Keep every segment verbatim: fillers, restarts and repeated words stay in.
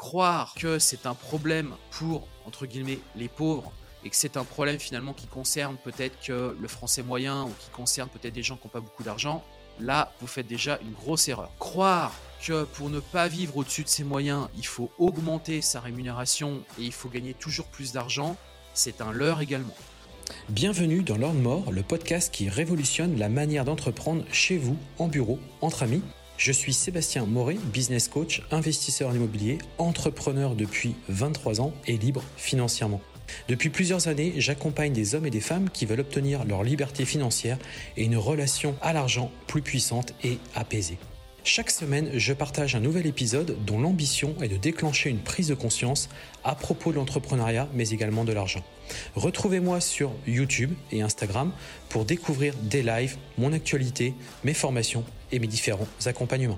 croire que c'est un problème pour, entre guillemets, les pauvres et que c'est un problème finalement qui concerne peut-être que le français moyen ou qui concerne peut-être des gens qui n'ont pas beaucoup d'argent, là, vous faites déjà une grosse erreur. Croire que pour ne pas vivre au-dessus de ses moyens, il faut augmenter sa rémunération et il faut gagner toujours plus d'argent, c'est un leurre également. Bienvenue dans Learn More, le podcast qui révolutionne la manière d'entreprendre chez vous, en bureau, entre amis. Je suis Sébastien Moret, business coach, investisseur en immobilier, entrepreneur depuis vingt-trois ans et libre financièrement. Depuis plusieurs années, j'accompagne des hommes et des femmes qui veulent obtenir leur liberté financière et une relation à l'argent plus puissante et apaisée. Chaque semaine, je partage un nouvel épisode dont l'ambition est de déclencher une prise de conscience à propos de l'entrepreneuriat, mais également de l'argent. Retrouvez-moi sur YouTube et Instagram pour découvrir des lives, mon actualité, mes formations et mes différents accompagnements.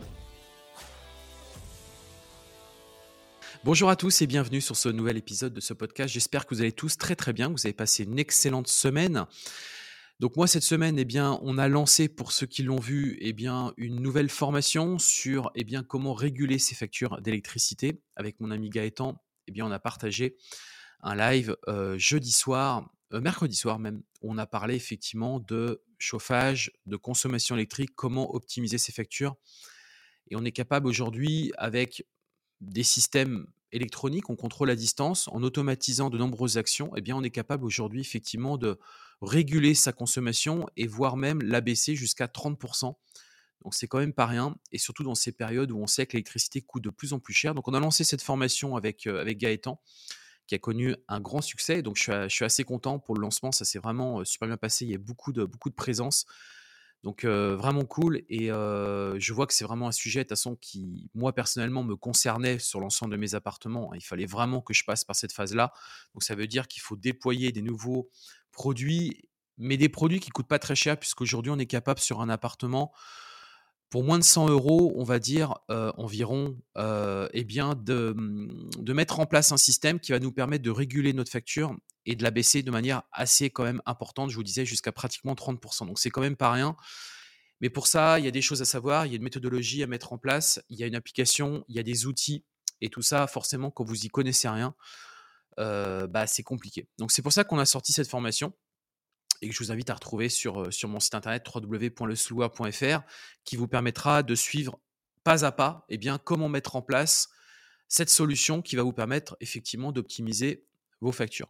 Bonjour à tous et bienvenue sur ce nouvel épisode de ce podcast. J'espère que vous allez tous très très bien, que vous avez passé une excellente semaine. Donc moi, cette semaine, eh bien, on a lancé, pour ceux qui l'ont vu, eh bien, une nouvelle formation sur eh bien, comment réguler ses factures d'électricité. Avec mon ami Gaëtan, eh bien, on a partagé un live euh, jeudi soir, euh, mercredi soir même, où on a parlé effectivement de chauffage, de consommation électrique, comment optimiser ses factures. Et on est capable aujourd'hui, avec des systèmes électroniques, on contrôle à distance, en automatisant de nombreuses actions, eh bien, on est capable aujourd'hui effectivement de réguler sa consommation et voire même l'abaisser jusqu'à trente pour cent. Donc c'est quand même pas rien, et surtout dans ces périodes où on sait que l'électricité coûte de plus en plus cher. Donc on a lancé cette formation avec, euh, avec Gaëtan, qui a connu un grand succès. Donc je suis, je suis assez content pour le lancement, ça s'est vraiment euh, super bien passé, il y a beaucoup de, beaucoup de présence. Donc euh, vraiment cool, et euh, je vois que c'est vraiment un sujet de toute façon qui, moi personnellement, me concernait sur l'ensemble de mes appartements. Il fallait vraiment que je passe par cette phase-là. Donc ça veut dire qu'il faut déployer des nouveaux produits, mais des produits qui ne coûtent pas très cher, puisqu'aujourd'hui on est capable sur un appartement, pour moins de cent euros, on va dire euh, environ, euh, eh bien de, de mettre en place un système qui va nous permettre de réguler notre facture et de la baisser de manière assez quand même importante, je vous disais jusqu'à pratiquement trente pour cent. Donc c'est quand même pas rien. Mais pour ça, il y a des choses à savoir, il y a une méthodologie à mettre en place, il y a une application, il y a des outils, et tout ça, forcément, quand vous y connaissez rien, euh, bah, c'est compliqué. Donc c'est pour ça qu'on a sorti cette formation et que je vous invite à retrouver sur, euh, sur mon site internet w w w point le sloueur point f r, qui vous permettra de suivre pas à pas eh bien, comment mettre en place cette solution qui va vous permettre effectivement d'optimiser vos factures.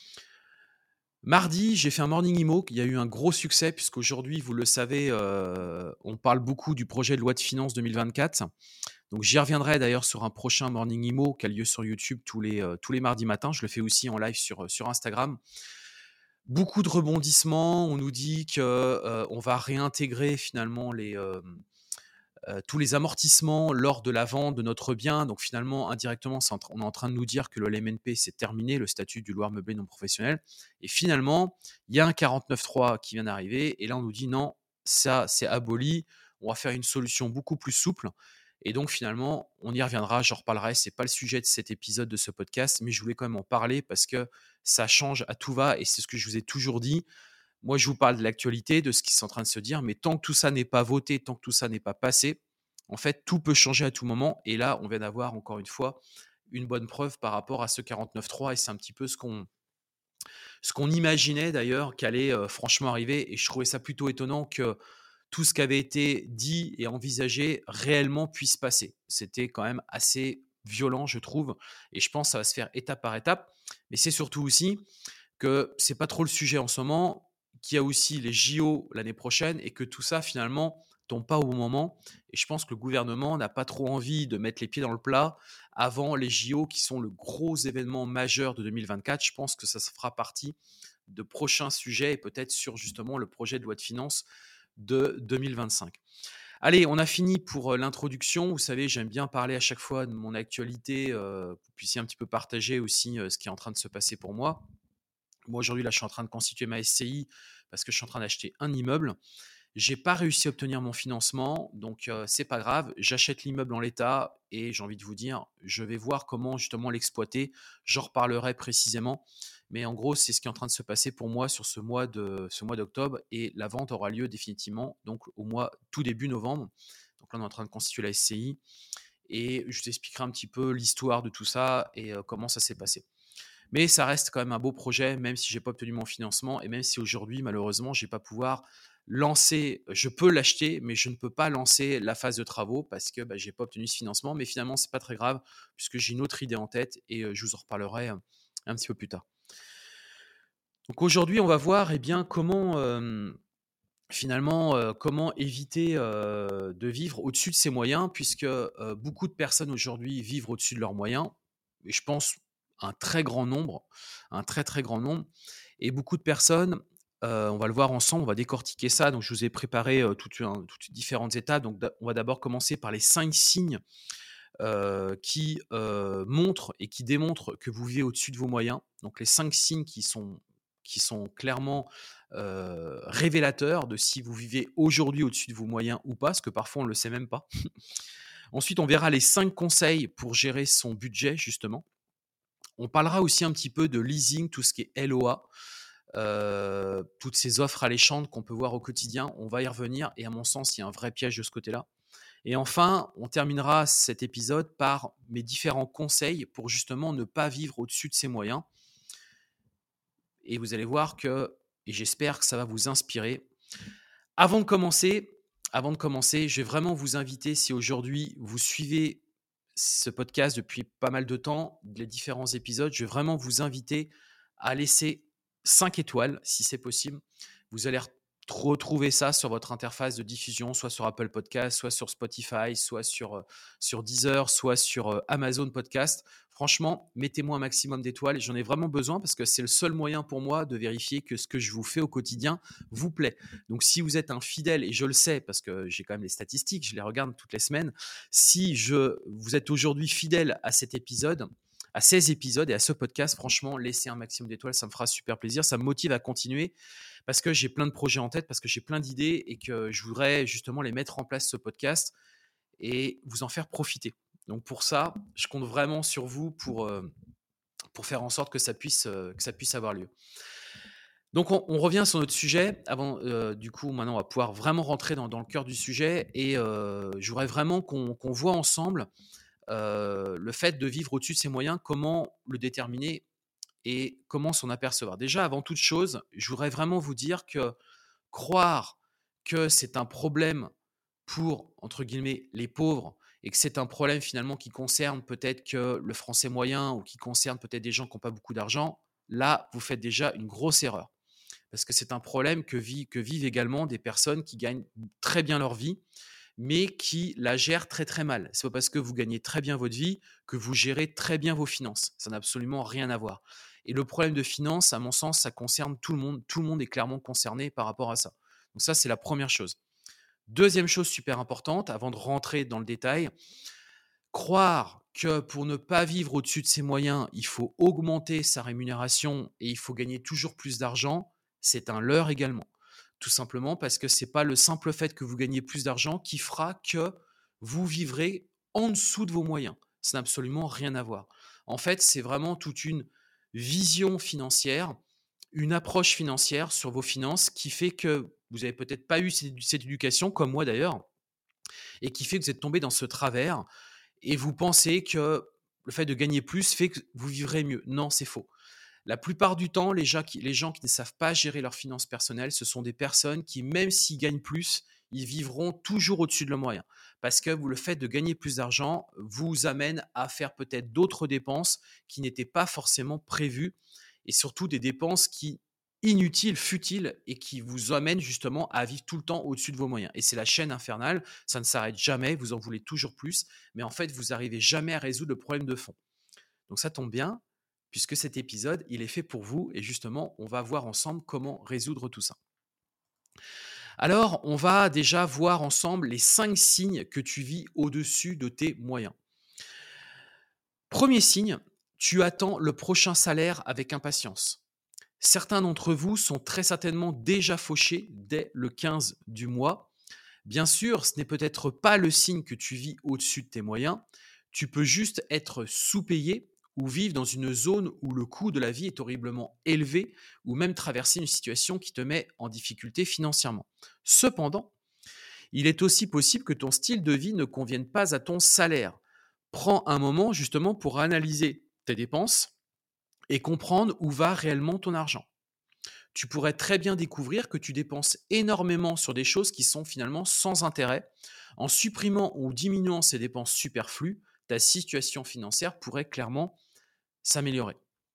Mardi, j'ai fait un Morning Imo, il y a eu un gros succès puisqu'aujourd'hui, vous le savez, euh, on parle beaucoup du projet de loi de finances deux mille vingt-quatre. Donc j'y reviendrai d'ailleurs sur un prochain Morning Imo qui a lieu sur YouTube tous les, euh, tous les mardis matins. Je le fais aussi en live sur, sur Instagram. Beaucoup de rebondissements. On nous dit qu'on euh, va réintégrer finalement les, euh, euh, tous les amortissements lors de la vente de notre bien. Donc finalement, indirectement, c'est en tra- on est en train de nous dire que le L M N P, c'est terminé, le statut du loueur meublé non professionnel. Et finalement, il y a un quarante-neuf trois qui vient d'arriver. Et là, on nous dit non, ça, c'est aboli. On va faire une solution beaucoup plus souple. Et donc finalement, on y reviendra, j'en reparlerai, ce n'est pas le sujet de cet épisode de ce podcast, mais je voulais quand même en parler parce que ça change à tout va, et c'est ce que je vous ai toujours dit. Moi, je vous parle de l'actualité, de ce qui est en train de se dire, mais tant que tout ça n'est pas voté, tant que tout ça n'est pas passé, en fait, tout peut changer à tout moment. Et là, on vient d'avoir encore une fois une bonne preuve par rapport à ce quarante-neuf trois, et c'est un petit peu ce qu'on ce qu'on imaginait d'ailleurs qu'allait euh, franchement arriver, et je trouvais ça plutôt étonnant que tout ce qui avait été dit et envisagé réellement puisse passer. C'était quand même assez violent, je trouve, et je pense que ça va se faire étape par étape. Mais c'est surtout aussi que c'est pas trop le sujet en ce moment, qu'il y a aussi les J O l'année prochaine, et que tout ça finalement tombe pas au bon moment. Et je pense que le gouvernement n'a pas trop envie de mettre les pieds dans le plat avant les J O, qui sont le gros événement majeur de deux mille vingt-quatre. Je pense que ça fera partie de prochains sujets, et peut-être sur justement le projet de loi de finances de deux mille vingt-cinq. Allez, on a fini pour euh, l'introduction. Vous savez, j'aime bien parler à chaque fois de mon actualité, euh, que vous puissiez un petit peu partager aussi euh, ce qui est en train de se passer pour moi. Moi, aujourd'hui, là, je suis en train de constituer ma S C I parce que je suis en train d'acheter un immeuble. J'ai pas réussi à obtenir mon financement, donc euh, c'est pas grave. J'achète l'immeuble en l'état, et j'ai envie de vous dire, je vais voir comment justement l'exploiter. J'en reparlerai précisément, mais en gros, c'est ce qui est en train de se passer pour moi sur ce mois de ce mois d'octobre, et la vente aura lieu définitivement donc au mois tout début novembre. Donc là, on est en train de constituer la S C I. et je t'expliquerai un petit peu l'histoire de tout ça et euh, comment ça s'est passé. Mais ça reste quand même un beau projet, même si j'ai pas obtenu mon financement et même si aujourd'hui, malheureusement, je vais pas pouvoir lancer. Je peux l'acheter, mais je ne peux pas lancer la phase de travaux parce que bah, j'ai pas obtenu ce financement. Mais finalement, c'est pas très grave puisque j'ai une autre idée en tête et euh, je vous en reparlerai euh, un petit peu plus tard. Donc aujourd'hui, on va voir eh bien, comment euh, finalement euh, comment éviter euh, de vivre au-dessus de ses moyens, puisque euh, beaucoup de personnes aujourd'hui vivent au-dessus de leurs moyens. Et je pense un très grand nombre, un très très grand nombre. Et beaucoup de personnes, euh, on va le voir ensemble, on va décortiquer ça. Donc je vous ai préparé euh, toutes, un- toutes différentes étapes. Donc on va d'abord commencer par les cinq signes euh, qui euh, montrent et qui démontrent que vous vivez au-dessus de vos moyens. Donc les cinq signes qui sont, qui sont clairement euh, révélateurs de si vous vivez aujourd'hui au-dessus de vos moyens ou pas, parce que parfois on ne le sait même pas. Ensuite, on verra les cinq conseils pour gérer son budget, justement. On parlera aussi un petit peu de leasing, tout ce qui est L O A, euh, toutes ces offres alléchantes qu'on peut voir au quotidien. On va y revenir et à mon sens, il y a un vrai piège de ce côté-là. Et enfin, on terminera cet épisode par mes différents conseils pour justement ne pas vivre au-dessus de ses moyens. Et vous allez voir que, et j'espère que ça va vous inspirer. Avant de commencer, avant de commencer, je vais vraiment vous inviter, si aujourd'hui vous suivez ce podcast depuis pas mal de temps, les différents épisodes, je vais vraiment vous inviter à laisser cinq étoiles si c'est possible. Vous allez retrouver ça sur votre interface de diffusion, soit sur Apple Podcast, soit sur Spotify, soit sur, euh, sur Deezer, soit sur euh, Amazon Podcast. Franchement, mettez-moi un maximum d'étoiles et j'en ai vraiment besoin parce que c'est le seul moyen pour moi de vérifier que ce que je vous fais au quotidien vous plaît. Donc, si vous êtes un fidèle, et je le sais parce que j'ai quand même les statistiques, je les regarde toutes les semaines, si je, vous êtes aujourd'hui fidèle à cet épisode, à ces épisodes et à ce podcast, franchement, laissez un maximum d'étoiles, ça me fera super plaisir, ça me motive à continuer parce que j'ai plein de projets en tête, parce que j'ai plein d'idées et que je voudrais justement les mettre en place, ce podcast, et vous en faire profiter. Donc pour ça, je compte vraiment sur vous pour, euh, pour faire en sorte que ça puisse, euh, que ça puisse avoir lieu. Donc on, on revient sur notre sujet. Avant, euh, du coup, maintenant, on va pouvoir vraiment rentrer dans, dans le cœur du sujet et euh, je voudrais vraiment qu'on qu'on voit ensemble euh, le fait de vivre au-dessus de ses moyens, comment le déterminer et comment s'en apercevoir. Déjà, avant toute chose, je voudrais vraiment vous dire que croire que c'est un problème pour, entre guillemets, les pauvres et que c'est un problème finalement qui concerne peut-être que le français moyen ou qui concerne peut-être des gens qui n'ont pas beaucoup d'argent, là, vous faites déjà une grosse erreur. Parce que c'est un problème que, vit, que vivent également des personnes qui gagnent très bien leur vie, mais qui la gèrent très très mal. C'est pas parce que vous gagnez très bien votre vie que vous gérez très bien vos finances. Ça n'a absolument rien à voir. Et le problème de finances, à mon sens, ça concerne tout le monde. Tout le monde est clairement concerné par rapport à ça. Donc ça, c'est la première chose. Deuxième chose super importante, avant de rentrer dans le détail, croire que pour ne pas vivre au-dessus de ses moyens, il faut augmenter sa rémunération et il faut gagner toujours plus d'argent, c'est un leurre également. Tout simplement parce que ce n'est pas le simple fait que vous gagnez plus d'argent qui fera que vous vivrez en dessous de vos moyens. Ça n'a absolument rien à voir. En fait, c'est vraiment toute une vision financière, une approche financière sur vos finances qui fait que vous n'avez peut-être pas eu cette éducation, comme moi d'ailleurs, et qui fait que vous êtes tombé dans ce travers et vous pensez que le fait de gagner plus fait que vous vivrez mieux. Non, c'est faux. La plupart du temps, les gens, qui, les gens qui ne savent pas gérer leurs finances personnelles, ce sont des personnes qui, même s'ils gagnent plus, ils vivront toujours au-dessus de leurs moyens. Parce que le fait de gagner plus d'argent vous amène à faire peut-être d'autres dépenses qui n'étaient pas forcément prévues et surtout des dépenses qui inutiles, futiles et qui vous amènent justement à vivre tout le temps au-dessus de vos moyens. Et c'est la chaîne infernale, ça ne s'arrête jamais, vous en voulez toujours plus, mais en fait, vous n'arrivez jamais à résoudre le problème de fond. Donc ça tombe bien, puisque cet épisode, il est fait pour vous et justement, on va voir ensemble comment résoudre tout ça. Alors, on va déjà voir ensemble les cinq signes que tu vis au-dessus de tes moyens. Premier signe, tu attends le prochain salaire avec impatience. Certains d'entre vous sont très certainement déjà fauchés dès le quinze du mois. Bien sûr, ce n'est peut-être pas le signe que tu vis au-dessus de tes moyens. Tu peux juste être sous-payé ou vivre dans une zone où le coût de la vie est horriblement élevé ou même traverser une situation qui te met en difficulté financièrement. Cependant, il est aussi possible que ton style de vie ne convienne pas à ton salaire. Prends un moment justement pour analyser tes dépenses et comprendre où va réellement ton argent. Tu pourrais très bien découvrir que tu dépenses énormément sur des choses qui sont finalement sans intérêt. En supprimant ou diminuant ces dépenses superflues, ta situation financière pourrait clairement s'améliorer.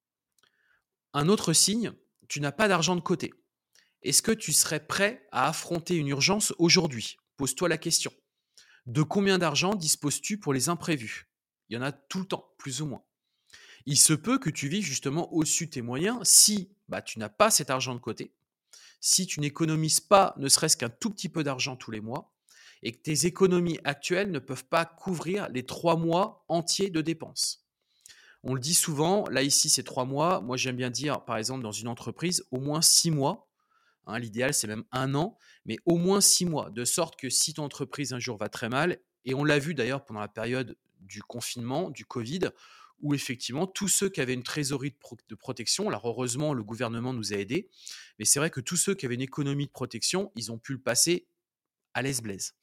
Un autre signe, tu n'as pas d'argent de côté. Est-ce que tu serais prêt à affronter une urgence aujourd'hui? Pose-toi la question. De combien d'argent disposes-tu pour les imprévus? Il y en a tout le temps, plus ou moins. Il se peut que tu vives justement au-dessus de tes moyens si bah, tu n'as pas cet argent de côté, si tu n'économises pas ne serait-ce qu'un tout petit peu d'argent tous les mois et que tes économies actuelles ne peuvent pas couvrir les trois mois entiers de dépenses. On le dit souvent, là ici c'est trois mois, moi j'aime bien dire par exemple dans une entreprise au moins six mois, hein, l'idéal c'est même un an, mais au moins six mois, de sorte que si ton entreprise un jour va très mal, et on l'a vu d'ailleurs pendant la période du confinement, du Covid, où effectivement tous ceux qui avaient une trésorerie de, pro- de protection, alors heureusement le gouvernement nous a aidés, mais c'est vrai que tous ceux qui avaient une économie de protection, ils ont pu le passer à l'aise-blaise.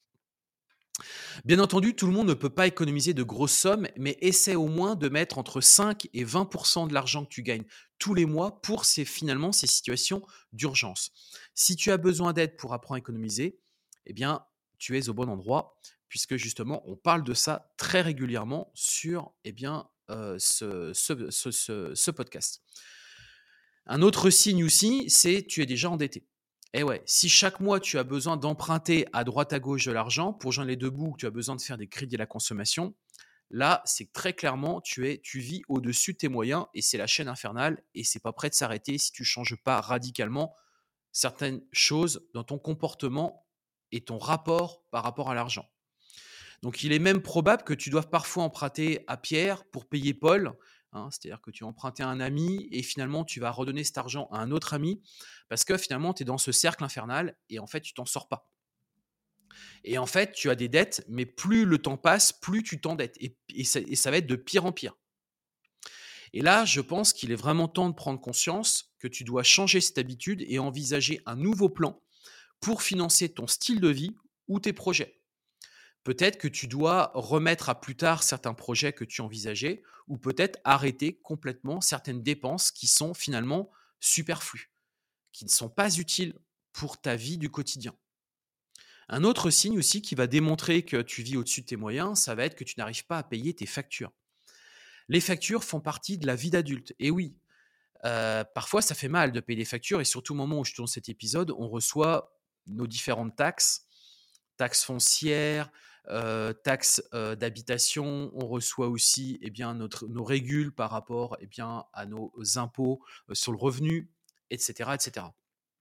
Bien entendu, tout le monde ne peut pas économiser de grosses sommes, mais essaie au moins de mettre entre cinq et vingt pour cent de l'argent que tu gagnes tous les mois pour ces, finalement ces situations d'urgence. Si tu as besoin d'aide pour apprendre à économiser, eh bien, tu es au bon endroit, puisque justement, on parle de ça très régulièrement sur eh bien, euh, ce, ce, ce, ce, ce podcast. Un autre signe aussi, c'est tu es déjà endetté. Eh ouais, si chaque mois tu as besoin d'emprunter à droite à gauche de l'argent pour joindre les deux bouts, que tu as besoin de faire des crédits à la consommation, là, c'est que très clairement, tu es, tu vis au-dessus de tes moyens et c'est la chaîne infernale et c'est pas prêt de s'arrêter si tu changes pas radicalement certaines choses dans ton comportement et ton rapport par rapport à l'argent. Donc, il est même probable que tu doives parfois emprunter à Pierre pour payer Paul. Hein, c'est-à-dire que tu as emprunté à un ami et finalement, tu vas redonner cet argent à un autre ami parce que finalement, tu es dans ce cercle infernal et en fait, tu t'en sors pas. Et en fait, tu as des dettes, mais plus le temps passe, plus tu t'endettes. Et, et, ça, et ça va être de pire en pire. Et là, je pense qu'il est vraiment temps de prendre conscience que tu dois changer cette habitude et envisager un nouveau plan pour financer ton style de vie ou tes projets. Peut-être que tu dois remettre à plus tard certains projets que tu envisageais ou peut-être arrêter complètement certaines dépenses qui sont finalement superflues, qui ne sont pas utiles pour ta vie du quotidien. Un autre signe aussi qui va démontrer que tu vis au-dessus de tes moyens, ça va être que tu n'arrives pas à payer tes factures. Les factures font partie de la vie d'adulte. Et oui, euh, parfois ça fait mal de payer des factures et surtout au moment où je tourne cet épisode, on reçoit nos différentes taxes, taxes foncières, euh, taxes euh, d'habitation. On reçoit aussi eh bien, notre, nos régules par rapport eh bien, à nos impôts euh, sur le revenu, et cetera, et cetera.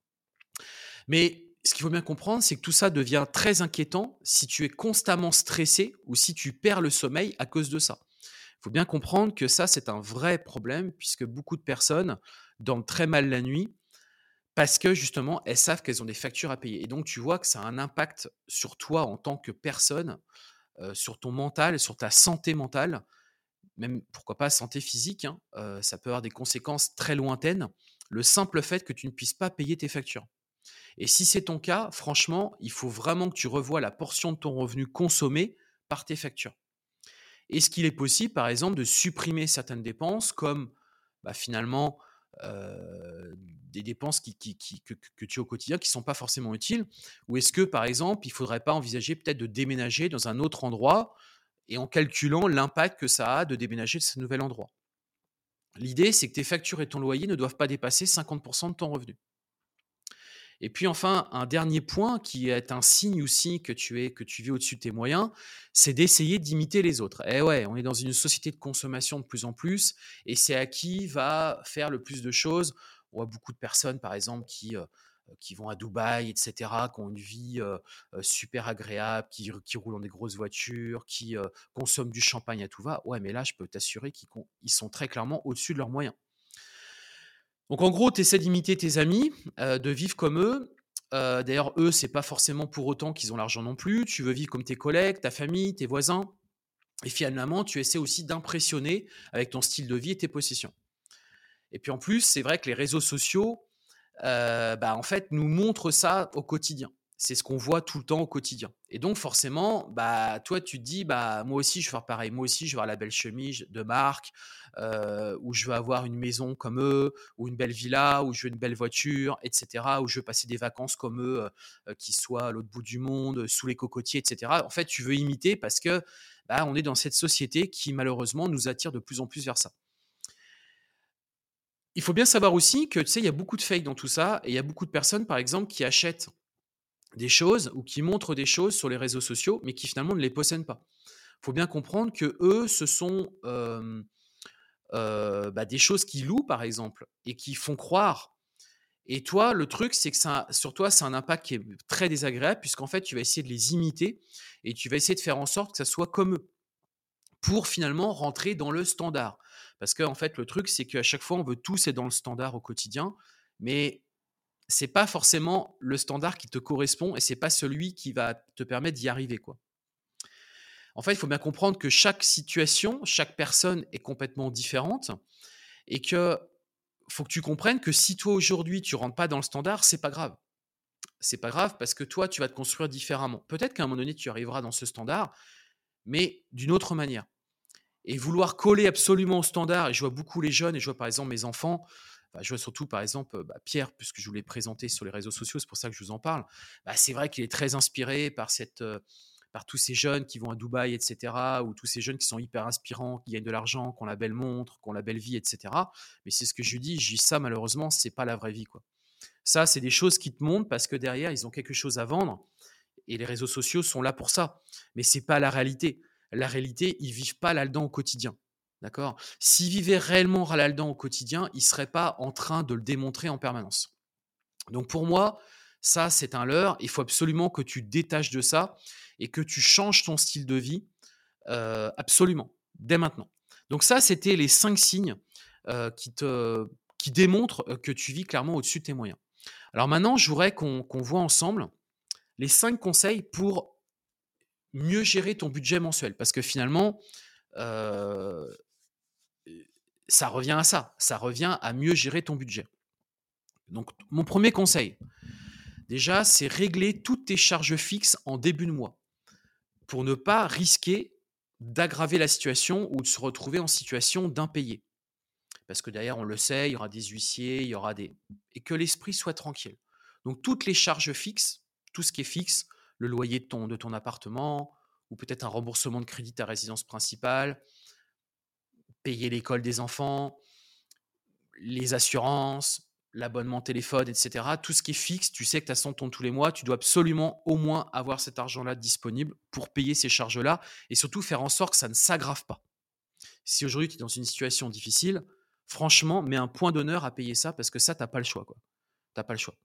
Mais ce qu'il faut bien comprendre, c'est que tout ça devient très inquiétant si tu es constamment stressé ou si tu perds le sommeil à cause de ça. Il faut bien comprendre que ça, c'est un vrai problème puisque beaucoup de personnes dorment très mal la nuit parce que justement, elles savent qu'elles ont des factures à payer. Et donc, tu vois que ça a un impact sur toi en tant que personne, euh, sur ton mental, sur ta santé mentale, même pourquoi pas santé physique. Hein, euh, ça peut avoir des conséquences très lointaines. Le simple fait que tu ne puisses pas payer tes factures. Et si c'est ton cas, franchement, il faut vraiment que tu revoies la portion de ton revenu consommé par tes factures. Est-ce qu'il est possible, par exemple, de supprimer certaines dépenses comme bah, finalement euh, des dépenses qui, qui, qui, que, que tu as au quotidien qui ne sont pas forcément utiles? Ou est-ce que, par exemple, il ne faudrait pas envisager peut-être de déménager dans un autre endroit et en calculant l'impact que ça a de déménager de ce nouvel endroit? L'idée, c'est que tes factures et ton loyer ne doivent pas dépasser cinquante pour cent de ton revenu. Et puis enfin, un dernier point qui est un signe aussi que tu es, que tu vis au-dessus de tes moyens, c'est d'essayer d'imiter les autres. Et ouais, on est dans une société de consommation de plus en plus, et c'est à qui va faire le plus de choses. On voit beaucoup de personnes, par exemple, qui, euh, qui vont à Dubaï, et cetera, qui ont une vie euh, euh, super agréable, qui, qui roulent dans des grosses voitures, qui euh, consomment du champagne à tout va. Ouais, mais là, je peux t'assurer qu'ils ils sont très clairement au-dessus de leurs moyens. Donc en gros, tu essaies d'imiter tes amis, euh, de vivre comme eux. Euh, d'ailleurs, eux, c'est pas forcément pour autant qu'ils ont l'argent non plus. Tu veux vivre comme tes collègues, ta famille, tes voisins. Et finalement, tu essaies aussi d'impressionner avec ton style de vie et tes possessions. Et puis en plus, c'est vrai que les réseaux sociaux, euh, bah, en fait, nous montrent ça au quotidien. C'est ce qu'on voit tout le temps au quotidien. Et donc forcément, bah, toi, tu te dis, bah, moi aussi, je vais faire pareil. Moi aussi, je vais avoir la belle chemise de marque, euh, ou je veux avoir une maison comme eux, ou une belle villa, ou je veux une belle voiture, et cetera. Ou je veux passer des vacances comme eux, euh, qui soient à l'autre bout du monde, sous les cocotiers, et cetera. En fait, tu veux imiter parce que bah, on est dans cette société qui, malheureusement, nous attire de plus en plus vers ça. Il faut bien savoir aussi que, tu sais, il y a beaucoup de fake dans tout ça, et il y a beaucoup de personnes, par exemple, qui achètent des choses ou qui montrent des choses sur les réseaux sociaux, mais qui finalement ne les possèdent pas. Il faut bien comprendre que eux, ce sont euh, euh, bah, des choses qu'ils louent, par exemple, et qui font croire. Et toi, le truc, c'est que ça, sur toi, c'est un impact qui est très désagréable, puisqu'en fait, tu vas essayer de les imiter et tu vas essayer de faire en sorte que ça soit comme eux, pour finalement rentrer dans le standard. Parce qu'en fait, le truc, c'est qu'à chaque fois, on veut tous être dans le standard au quotidien, mais c'est pas forcément le standard qui te correspond et c'est pas celui qui va te permettre d'y arriver, quoi. En fait, il faut bien comprendre que chaque situation, chaque personne est complètement différente et que faut que tu comprennes que si toi aujourd'hui tu rentres pas dans le standard, c'est pas grave. C'est pas grave parce que toi, tu vas te construire différemment. Peut-être qu'à un moment donné, tu arriveras dans ce standard, mais d'une autre manière. Et vouloir coller absolument au standard, et je vois beaucoup les jeunes, et je vois par exemple mes enfants, bah, je vois surtout par exemple bah, Pierre, puisque je vous l'ai présenté sur les réseaux sociaux, c'est pour ça que je vous en parle. Bah, c'est vrai qu'il est très inspiré par, cette, euh, par tous ces jeunes qui vont à Dubaï, et cetera, ou tous ces jeunes qui sont hyper inspirants, qui gagnent de l'argent, qui ont la belle montre, qui ont la belle vie, et cetera. Mais c'est ce que je lui dis, je dis ça malheureusement, c'est pas la vraie vie, quoi. Ça, c'est des choses qui te montrent parce que derrière, ils ont quelque chose à vendre, et les réseaux sociaux sont là pour ça. Mais c'est pas la réalité. La réalité, ils vivent pas là-dedans au quotidien. D'accord? S'ils vivaient réellement là-dedans au quotidien, ils ne seraient pas en train de le démontrer en permanence. Donc pour moi, ça, c'est un leurre. Il faut absolument que tu te détaches de ça et que tu changes ton style de vie euh, absolument, dès maintenant. Donc ça, c'était les cinq signes euh, qui, te, qui démontrent que tu vis clairement au-dessus de tes moyens. Alors maintenant, je voudrais qu'on qu'on voit ensemble les cinq conseils pour mieux gérer ton budget mensuel. Parce que finalement, euh, ça revient à ça. Ça revient à mieux gérer ton budget. Donc, mon premier conseil, déjà, c'est régler toutes tes charges fixes en début de mois pour ne pas risquer d'aggraver la situation ou de se retrouver en situation d'impayé. Parce que derrière, on le sait, il y aura des huissiers, il y aura des... Et que l'esprit soit tranquille. Donc, toutes les charges fixes, tout ce qui est fixe, le loyer de ton, de ton appartement, ou peut-être un remboursement de crédit de ta résidence principale, payer l'école des enfants, les assurances, l'abonnement téléphone, et cetera. Tout ce qui est fixe, tu sais que tu as son ton tous les mois, tu dois absolument au moins avoir cet argent-là disponible pour payer ces charges-là et surtout faire en sorte que ça ne s'aggrave pas. Si aujourd'hui tu es dans une situation difficile, franchement, mets un point d'honneur à payer ça parce que ça, tu n'as pas le choix, quoi. T'as pas le choix.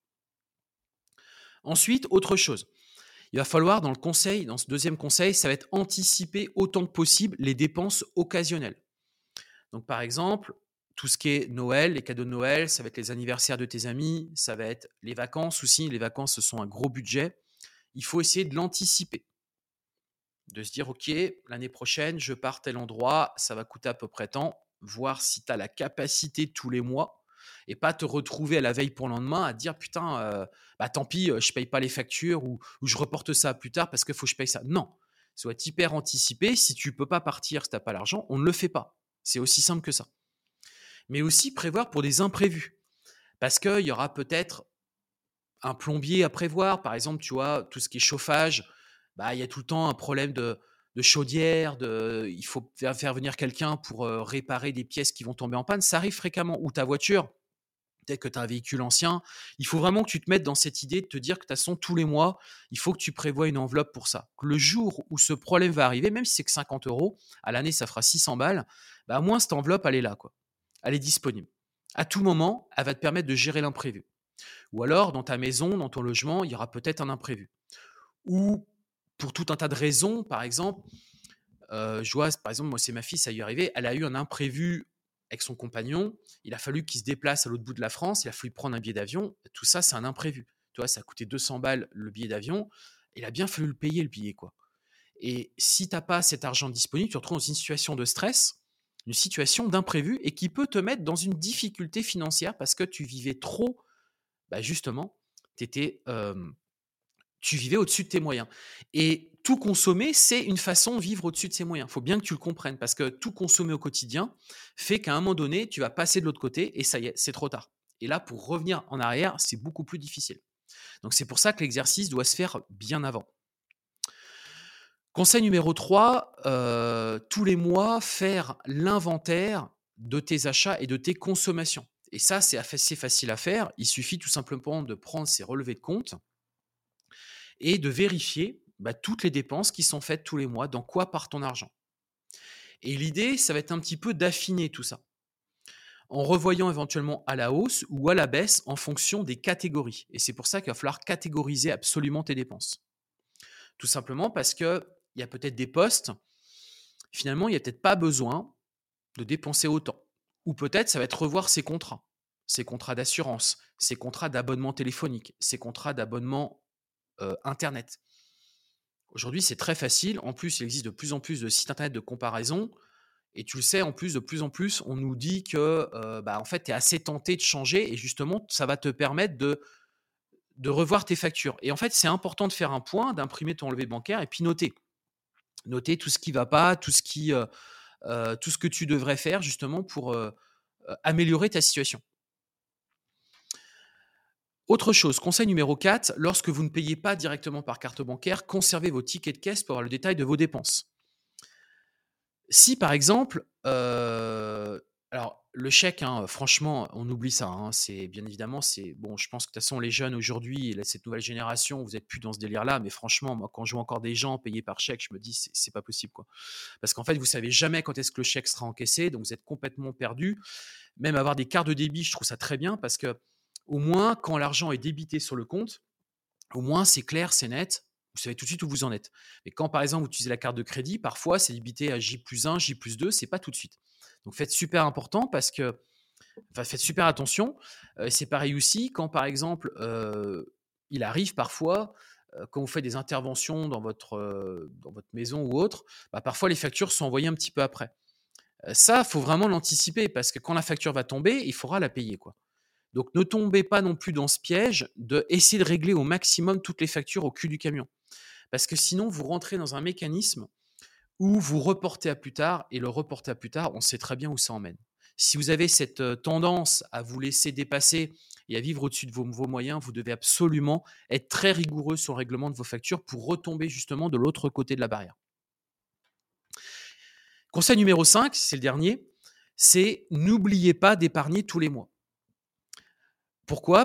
Ensuite, autre chose. Il va falloir, dans le conseil, dans ce deuxième conseil, ça va être anticiper autant que possible les dépenses occasionnelles. Donc, par exemple, tout ce qui est Noël, les cadeaux de Noël, ça va être les anniversaires de tes amis, ça va être les vacances aussi. Les vacances, ce sont un gros budget. Il faut essayer de l'anticiper. De se dire, OK, l'année prochaine, je pars tel endroit, ça va coûter à peu près tant. Voir si tu as la capacité tous les mois et pas te retrouver à la veille pour le lendemain à dire, putain, euh, bah tant pis, je ne paye pas les factures ou, ou je reporte ça plus tard parce qu'il faut que je paye ça. Non, sois hyper anticipé. Si tu ne peux pas partir, si tu n'as pas l'argent, on ne le fait pas. C'est aussi simple que ça. Mais aussi prévoir pour des imprévus. Parce qu'il y aura peut-être un plombier à prévoir. Par exemple, tu vois, tout ce qui est chauffage, bah, il y a tout le temps un problème de, de chaudière, de, il faut faire, faire venir quelqu'un pour euh, réparer des pièces qui vont tomber en panne. Ça arrive fréquemment. Ou ta voiture, peut-être que tu as un véhicule ancien. Il faut vraiment que tu te mettes dans cette idée de te dire que de toute façon, tous les mois, il faut que tu prévois une enveloppe pour ça. Que le jour où ce problème va arriver, même si c'est que cinquante euros, à l'année, ça fera six cents balles, bah, au moins cette enveloppe, elle est là, quoi. Elle est disponible. À tout moment, elle va te permettre de gérer l'imprévu. Ou alors, dans ta maison, dans ton logement, il y aura peut-être un imprévu. Ou pour tout un tas de raisons, par exemple, euh, je vois, par exemple, moi, c'est ma fille, ça y est arrivé, elle a eu un imprévu avec son compagnon, il a fallu qu'il se déplace à l'autre bout de la France, il a fallu prendre un billet d'avion, tout ça, c'est un imprévu. Tu vois, ça a coûté deux cents balles le billet d'avion, il a bien fallu le payer, le billet, quoi. Et si tu n'as pas cet argent disponible, tu te retrouves dans une situation de stress, une situation d'imprévu, et qui peut te mettre dans une difficulté financière parce que tu vivais trop, bah justement, tu étais, euh, tu vivais au-dessus de tes moyens. Et tout consommer, c'est une façon de vivre au-dessus de ses moyens. Il faut bien que tu le comprennes parce que tout consommer au quotidien fait qu'à un moment donné, tu vas passer de l'autre côté et ça y est, c'est trop tard. Et là, pour revenir en arrière, c'est beaucoup plus difficile. Donc, c'est pour ça que l'exercice doit se faire bien avant. Conseil numéro trois, heu, tous les mois, faire l'inventaire de tes achats et de tes consommations. Et ça, c'est assez facile à faire. Il suffit tout simplement de prendre ces relevés de compte et de vérifier, bah, toutes les dépenses qui sont faites tous les mois, dans quoi part ton argent. Et l'idée, ça va être un petit peu d'affiner tout ça, en revoyant éventuellement à la hausse ou à la baisse en fonction des catégories. Et c'est pour ça qu'il va falloir catégoriser absolument tes dépenses. Tout simplement parce qu'il y a peut-être des postes, finalement, il n'y a peut-être pas besoin de dépenser autant. Ou peut-être ça va être revoir ses contrats, ses contrats d'assurance, ses contrats d'abonnement téléphonique, ses contrats d'abonnement euh, Internet. Aujourd'hui, c'est très facile. En plus, il existe de plus en plus de sites Internet de comparaison. Et tu le sais, en plus, de plus en plus, on nous dit que euh, bah, en fait, tu es assez tenté de changer et justement, ça va te permettre de, de revoir tes factures. Et en fait, c'est important de faire un point, d'imprimer ton relevé bancaire et puis noter. Noter tout ce qui ne va pas, tout ce, qui, euh, euh, tout ce que tu devrais faire justement pour euh, euh, améliorer ta situation. Autre chose, conseil numéro quatre, lorsque vous ne payez pas directement par carte bancaire, conservez vos tickets de caisse pour avoir le détail de vos dépenses. Si par exemple, euh, alors le chèque, hein, franchement, on oublie ça. Hein, c'est bien évidemment, c'est bon. Je pense que de toute façon, les jeunes aujourd'hui, là, cette nouvelle génération, vous n'êtes plus dans ce délire-là. Mais franchement, moi, quand je vois encore des gens payés par chèque, je me dis, c'est, c'est pas possible, quoi. Parce qu'en fait, vous savez jamais quand est-ce que le chèque sera encaissé, donc vous êtes complètement perdu. Même avoir des cartes de débit, je trouve ça très bien parce que au moins, quand l'argent est débité sur le compte, au moins c'est clair, c'est net. Vous savez tout de suite où vous en êtes. Mais quand, par exemple, vous utilisez la carte de crédit, parfois, c'est débité à J plus un, J plus deux, c'est pas tout de suite. Donc, faites super important parce que, enfin, faites super attention. Euh, c'est pareil aussi quand, par exemple, euh, il arrive parfois, euh, quand vous faites des interventions dans votre, euh, dans votre maison ou autre, bah, parfois les factures sont envoyées un petit peu après. Euh, ça, il faut vraiment l'anticiper parce que quand la facture va tomber, il faudra la payer, quoi. Donc, ne tombez pas non plus dans ce piège de essayer de régler au maximum toutes les factures au cul du camion. Parce que sinon, vous rentrez dans un mécanisme où vous reportez à plus tard, et le reporter à plus tard, on sait très bien où ça emmène. Si vous avez cette euh, tendance à vous laisser dépasser et à vivre au-dessus de vos, vos moyens, vous devez absolument être très rigoureux sur le règlement de vos factures pour retomber justement de l'autre côté de la barrière. Conseil numéro cinq, c'est le dernier, c'est n'oubliez pas d'épargner tous les mois. Pourquoi ?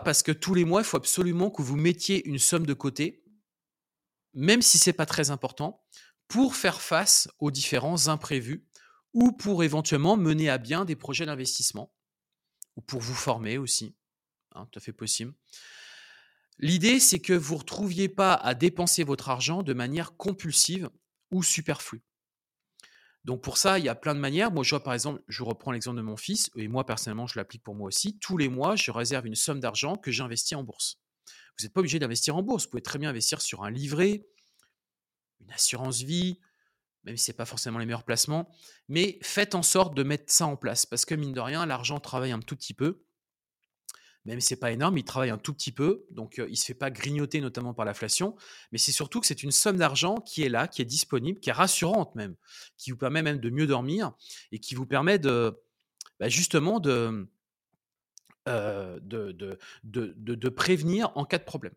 Parce que tous les mois, il faut absolument que vous mettiez une somme de côté, même si ce n'est pas très important, pour faire face aux différents imprévus ou pour éventuellement mener à bien des projets d'investissement ou pour vous former aussi, hein, tout à fait possible. L'idée, c'est que vous ne retrouviez pas à dépenser votre argent de manière compulsive ou superflue. Donc pour ça, il y a plein de manières. Moi, je vois par exemple, je reprends l'exemple de mon fils, et moi personnellement, je l'applique pour moi aussi. Tous les mois, je réserve une somme d'argent que j'investis en bourse. Vous n'êtes pas obligé d'investir en bourse. Vous pouvez très bien investir sur un livret, une assurance vie, même si ce n'est pas forcément les meilleurs placements. Mais faites en sorte de mettre ça en place parce que mine de rien, l'argent travaille un tout petit peu. Même si ce n'est pas énorme, il travaille un tout petit peu. Donc, euh, il ne se fait pas grignoter, notamment par l'inflation. Mais c'est surtout que c'est une somme d'argent qui est là, qui est disponible, qui est rassurante même, qui vous permet même de mieux dormir et qui vous permet de, bah, justement de, euh, de, de, de, de, de prévenir en cas de problème.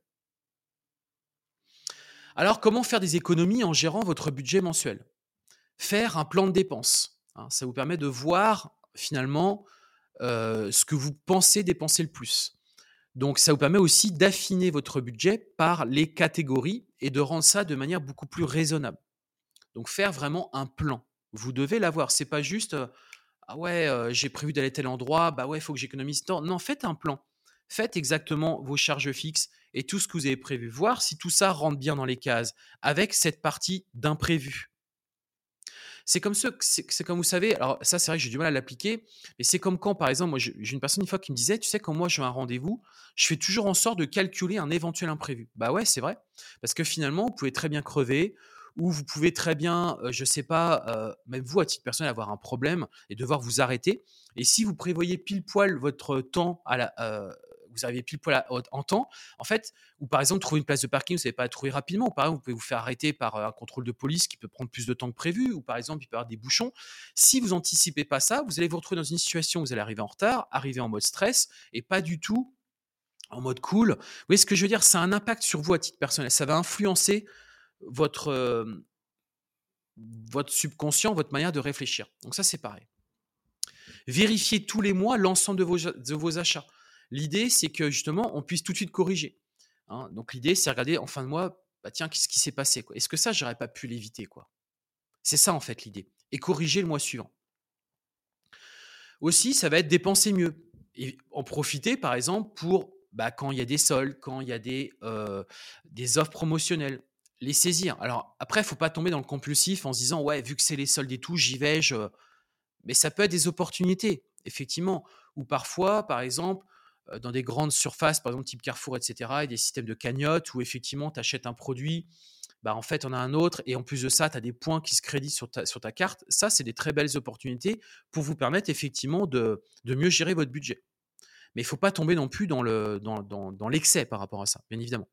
Alors, comment faire des économies en gérant votre budget mensuel ? Faire un plan de dépenses. Hein, ça vous permet de voir finalement euh, ce que vous pensez dépenser le plus. Donc, ça vous permet aussi d'affiner votre budget par les catégories et de rendre ça de manière beaucoup plus raisonnable. Donc, faire vraiment un plan. Vous devez l'avoir. C'est pas juste euh, ah ouais, euh, j'ai prévu d'aller à tel endroit, bah ouais, il faut que j'économise tant. Non, faites un plan. Faites exactement vos charges fixes et tout ce que vous avez prévu. Voir si tout ça rentre bien dans les cases avec cette partie d'imprévu. C'est comme, ce, c'est, c'est comme vous savez, alors ça c'est vrai que j'ai du mal à l'appliquer, mais c'est comme quand par exemple, moi j'ai une personne une fois qui me disait, tu sais, quand moi j'ai un rendez-vous, je fais toujours en sorte de calculer un éventuel imprévu. Bah ouais, c'est vrai, parce que finalement, vous pouvez très bien crever, ou vous pouvez très bien, euh, je sais pas, euh, même vous à titre personnel avoir un problème et devoir vous arrêter. Et si vous prévoyez pile poil votre temps à la, euh, vous arrivez pile poil à- en temps, en fait, ou par exemple, trouver une place de parking, vous ne savez pas la trouver rapidement, ou par exemple, vous pouvez vous faire arrêter par euh, un contrôle de police qui peut prendre plus de temps que prévu, ou par exemple, il peut y avoir des bouchons. Si vous anticipez pas ça, vous allez vous retrouver dans une situation où vous allez arriver en retard, arriver en mode stress, et pas du tout en mode cool. Vous voyez ce que je veux dire? Ça a un impact sur vous à titre personnel. Ça va influencer votre, euh, votre subconscient, votre manière de réfléchir. Donc ça, c'est pareil. Vérifiez tous les mois l'ensemble de vos, de vos achats. L'idée, c'est que justement, on puisse tout de suite corriger. Hein. Donc l'idée, c'est regarder en fin de mois, bah, tiens, qu'est-ce qui s'est passé, quoi. Est-ce que ça, j'aurais pas pu l'éviter, quoi. C'est ça, en fait, l'idée. Et corriger le mois suivant. Aussi, ça va être dépenser mieux. Et en profiter, par exemple, pour bah, quand il y a des soldes, quand il y a des, euh, des offres promotionnelles, les saisir. Alors après, il ne faut pas tomber dans le compulsif en se disant, ouais, vu que c'est les soldes et tout, j'y vais. Je... Mais ça peut être des opportunités, effectivement. Ou parfois, par exemple, euh, dans des grandes surfaces, par exemple type Carrefour, et cetera, il y a des systèmes de cagnotte où effectivement, tu achètes un produit, bah, en fait, on a un autre, et en plus de ça, tu as des points qui se créditent sur ta, sur ta carte. Ça, c'est des très belles opportunités pour vous permettre effectivement de, de mieux gérer votre budget. Mais il ne faut pas tomber non plus dans, le, dans, dans, dans l'excès par rapport à ça, bien évidemment.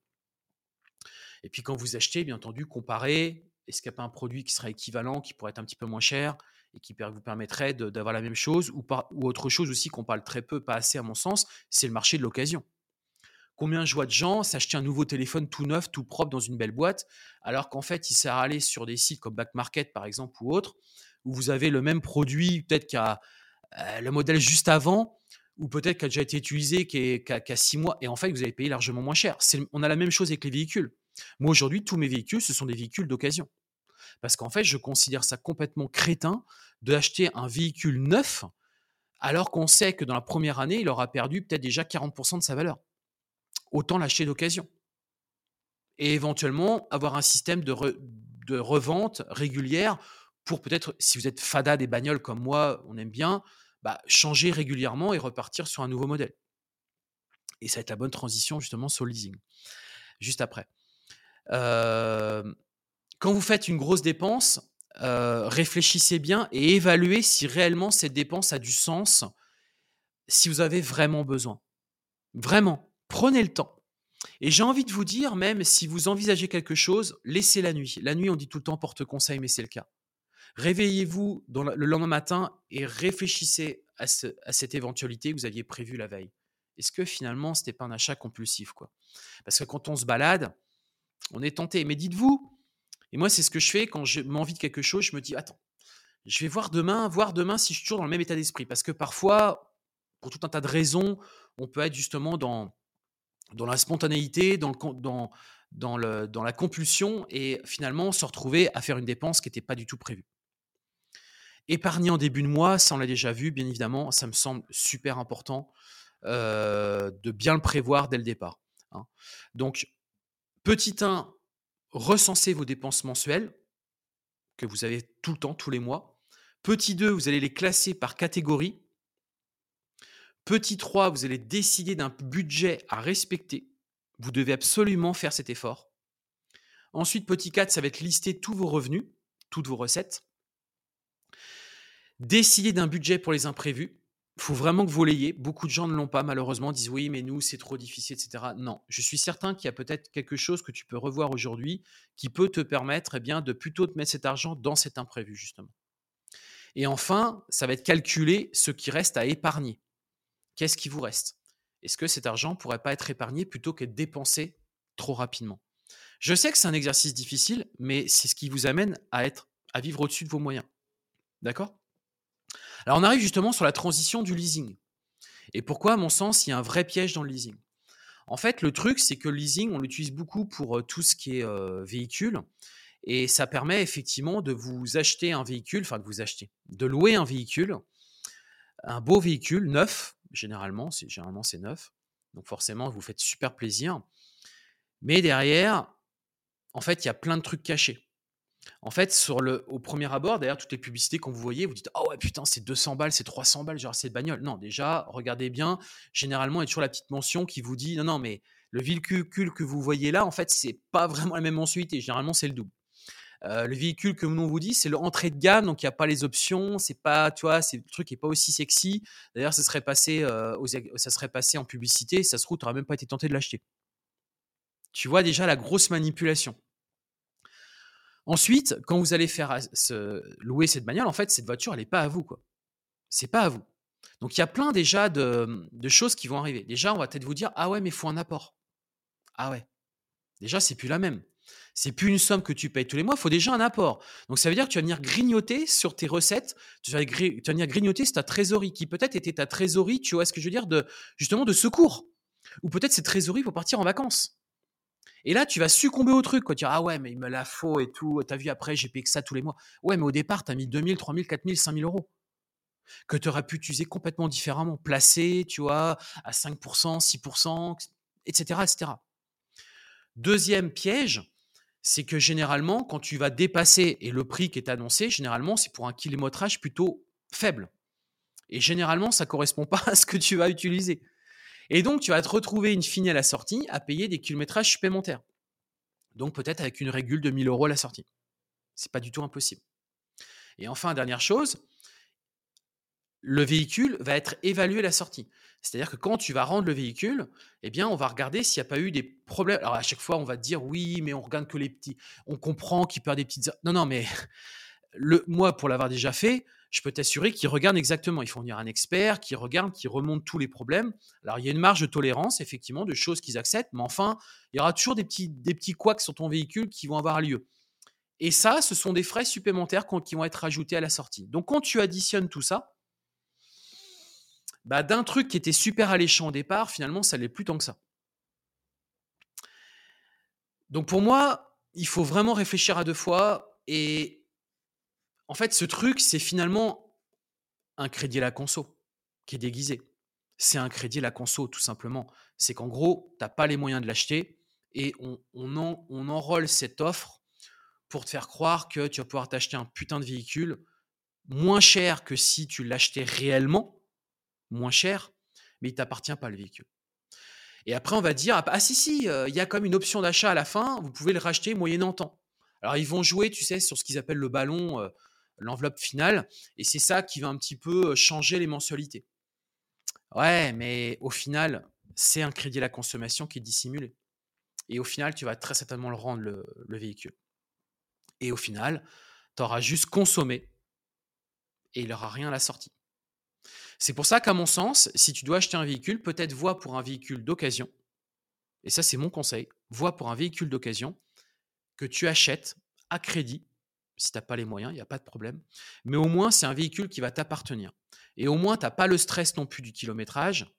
Et puis quand vous achetez, bien entendu, comparez. Est-ce qu'il n'y a pas un produit qui sera équivalent, qui pourrait être un petit peu moins cher et qui vous permettrait de, d'avoir la même chose, ou, par, ou autre chose aussi qu'on parle très peu, pas assez à mon sens, c'est le marché de l'occasion. Combien je vois de gens s'acheter un nouveau téléphone tout neuf, tout propre dans une belle boîte, alors qu'en fait, il sert à aller sur des sites comme Back Market, par exemple, ou autres, où vous avez le même produit, peut-être qu'à euh, le modèle juste avant, ou peut-être qui a déjà été utilisé, qui est, qui a, qui a six mois, et en fait, vous avez payé largement moins cher. C'est, on a la même chose avec les véhicules. Moi, aujourd'hui, tous mes véhicules, ce sont des véhicules d'occasion. Parce qu'en fait, je considère ça complètement crétin d'acheter un véhicule neuf, alors qu'on sait que dans la première année, il aura perdu peut-être déjà quarante pour cent de sa valeur. Autant l'acheter d'occasion. Et éventuellement, avoir un système de, re, de revente régulière pour peut-être, si vous êtes fada des bagnoles comme moi, on aime bien, bah, changer régulièrement et repartir sur un nouveau modèle. Et ça va être la bonne transition justement sur le leasing. Juste après. Euh, quand vous faites une grosse dépense, euh, réfléchissez bien et évaluez si réellement cette dépense a du sens, si vous avez vraiment besoin. Vraiment, prenez le temps. Et j'ai envie de vous dire, même si vous envisagez quelque chose, laissez la nuit. La nuit, on dit tout le temps porte conseil, mais c'est le cas. Réveillez-vous dans le lendemain matin et réfléchissez à, ce, à cette éventualité que vous aviez prévue la veille. Est-ce que finalement, ce n'était pas un achat compulsif, quoi? Parce que quand on se balade, on est tenté. Mais dites-vous, et moi, c'est ce que je fais quand je m'envie de quelque chose, je me dis, attends, je vais voir demain, voir demain si je suis toujours dans le même état d'esprit. Parce que parfois, pour tout un tas de raisons, on peut être justement dans, dans la spontanéité, dans, le, dans, dans, le, dans la compulsion, et finalement se retrouver à faire une dépense qui n'était pas du tout prévue. Épargner en début de mois, ça on l'a déjà vu, bien évidemment, ça me semble super important euh, de bien le prévoir dès le départ. Hein. Donc, petit un, recensez vos dépenses mensuelles que vous avez tout le temps, tous les mois. Petit deux, vous allez les classer par catégorie. Petit trois, vous allez décider d'un budget à respecter. Vous devez absolument faire cet effort. Ensuite, petit quatre, ça va être lister tous vos revenus, toutes vos recettes. Décider d'un budget pour les imprévus. Il faut vraiment que vous l'ayez. Beaucoup de gens ne l'ont pas, malheureusement, disent oui, mais nous, c'est trop difficile, et cetera. Non, je suis certain qu'il y a peut-être quelque chose que tu peux revoir aujourd'hui qui peut te permettre eh bien, de plutôt te mettre cet argent dans cet imprévu, justement. Et enfin, ça va être calculer ce qui reste à épargner. Qu'est-ce qui vous reste? Est-ce que cet argent ne pourrait pas être épargné plutôt qu'être dépensé trop rapidement? Je sais que c'est un exercice difficile, mais c'est ce qui vous amène à, être, à vivre au-dessus de vos moyens. D'accord? Alors, on arrive justement sur la transition du leasing. Et pourquoi, à mon sens, il y a un vrai piège dans le leasing? En fait, le truc, c'est que le leasing, on l'utilise beaucoup pour euh, tout ce qui est euh, véhicule. Et ça permet effectivement de vous acheter un véhicule, enfin de vous acheter, de louer un véhicule, un beau véhicule neuf, généralement, c'est, généralement c'est neuf. Donc forcément, vous faites super plaisir. Mais derrière, en fait, il y a plein de trucs cachés. En fait, sur le, au premier abord, d'ailleurs, toutes les publicités qu'on vous voyez, vous dites « Oh ouais, putain, c'est deux cents balles, c'est trois cents balles, genre cette bagnole. » Non, déjà, regardez bien. Généralement, il y a toujours la petite mention qui vous dit « Non, non, mais le véhicule que vous voyez là, en fait, c'est pas vraiment la même mensualité. Généralement, c'est le double. » Euh, le véhicule que nous on vous dit, c'est l'entrée de gamme, donc il n'y a pas les options, c'est pas, tu vois, c'est le truc qui est pas aussi sexy. D'ailleurs, ça serait passé, euh, aux, ça serait passé en publicité, ça se trouve, tu n'aurais même pas été tenté de l'acheter. Tu vois déjà la grosse manipulation. Ensuite, quand vous allez faire ce, louer cette bagnole, en fait, cette voiture, elle n'est pas à vous, quoi. C'est pas à vous. Donc, il y a plein déjà de, de choses qui vont arriver. Déjà, on va peut-être vous dire, ah ouais, mais il faut un apport. Ah ouais. Déjà, c'est plus la même. C'est plus une somme que tu payes tous les mois, il faut déjà un apport. Donc, ça veut dire que tu vas venir grignoter sur tes recettes, tu vas, gri- tu vas venir grignoter sur ta trésorerie, qui peut-être était ta trésorerie, tu vois ce que je veux dire, de, justement de secours. Ou peut-être c'est trésorerie pour partir en vacances. Et là, tu vas succomber au truc, quoi. Tu vas dire, ah ouais, mais il me la faut et tout. T'as vu, après, j'ai payé que ça tous les mois. Ouais, mais au départ, tu as mis deux mille, trois mille, quatre mille, cinq mille euros que tu aurais pu utiliser complètement différemment, placé, tu vois, à cinq pour cent, six pour cent, et cetera, et cetera. Deuxième piège, c'est que généralement, quand tu vas dépasser, et le prix qui est annoncé, généralement, c'est pour un kilométrage plutôt faible. Et généralement, ça ne correspond pas à ce que tu vas utiliser. Et donc, tu vas te retrouver in fine à la sortie à payer des kilométrages supplémentaires. Donc, peut-être avec une régule de mille euros à la sortie. Ce n'est pas du tout impossible. Et enfin, dernière chose, le véhicule va être évalué à la sortie. C'est-à-dire que quand tu vas rendre le véhicule, eh bien, on va regarder s'il n'y a pas eu des problèmes. Alors, à chaque fois, on va te dire oui, mais on regarde que les petits. On comprend qu'il peut y avoir des petites. Non, non, mais le, moi, pour l'avoir déjà fait, je peux t'assurer qu'ils regardent exactement. Ils font venir un expert qui regarde, qui remonte tous les problèmes. Alors, il y a une marge de tolérance, effectivement, de choses qu'ils acceptent, mais enfin, il y aura toujours des petits, des petits couacs sur ton véhicule qui vont avoir lieu. Et ça, ce sont des frais supplémentaires qui vont être ajoutés à la sortie. Donc, quand tu additionnes tout ça, bah, d'un truc qui était super alléchant au départ, finalement, ça ne l'est plus tant que ça. Donc, pour moi, il faut vraiment réfléchir à deux fois. Et en fait, ce truc, c'est finalement un crédit à la conso qui est déguisé. C'est un crédit à la conso, tout simplement. C'est qu'en gros, tu n'as pas les moyens de l'acheter et on, on, en, on enrôle cette offre pour te faire croire que tu vas pouvoir t'acheter un putain de véhicule moins cher que si tu l'achetais réellement, moins cher, mais il ne t'appartient pas le véhicule. Et après, on va dire, ah si, si, il euh, y a comme une option d'achat à la fin, vous pouvez le racheter moyennant temps. Alors, ils vont jouer, tu sais, sur ce qu'ils appellent le ballon, euh, l'enveloppe finale, et c'est ça qui va un petit peu changer les mensualités. Ouais, mais au final, c'est un crédit à la consommation qui est dissimulé. Et au final, tu vas très certainement le rendre, le, le véhicule. Et au final, tu auras juste consommé et il n'y aura rien à la sortie. C'est pour ça qu'à mon sens, si tu dois acheter un véhicule, peut-être vois pour un véhicule d'occasion, et ça c'est mon conseil, vois pour un véhicule d'occasion que tu achètes à crédit, si tu n'as pas les moyens, il n'y a pas de problème, mais au moins c'est un véhicule qui va t'appartenir. Et au moins tu n'as pas le stress non plus du kilométrage,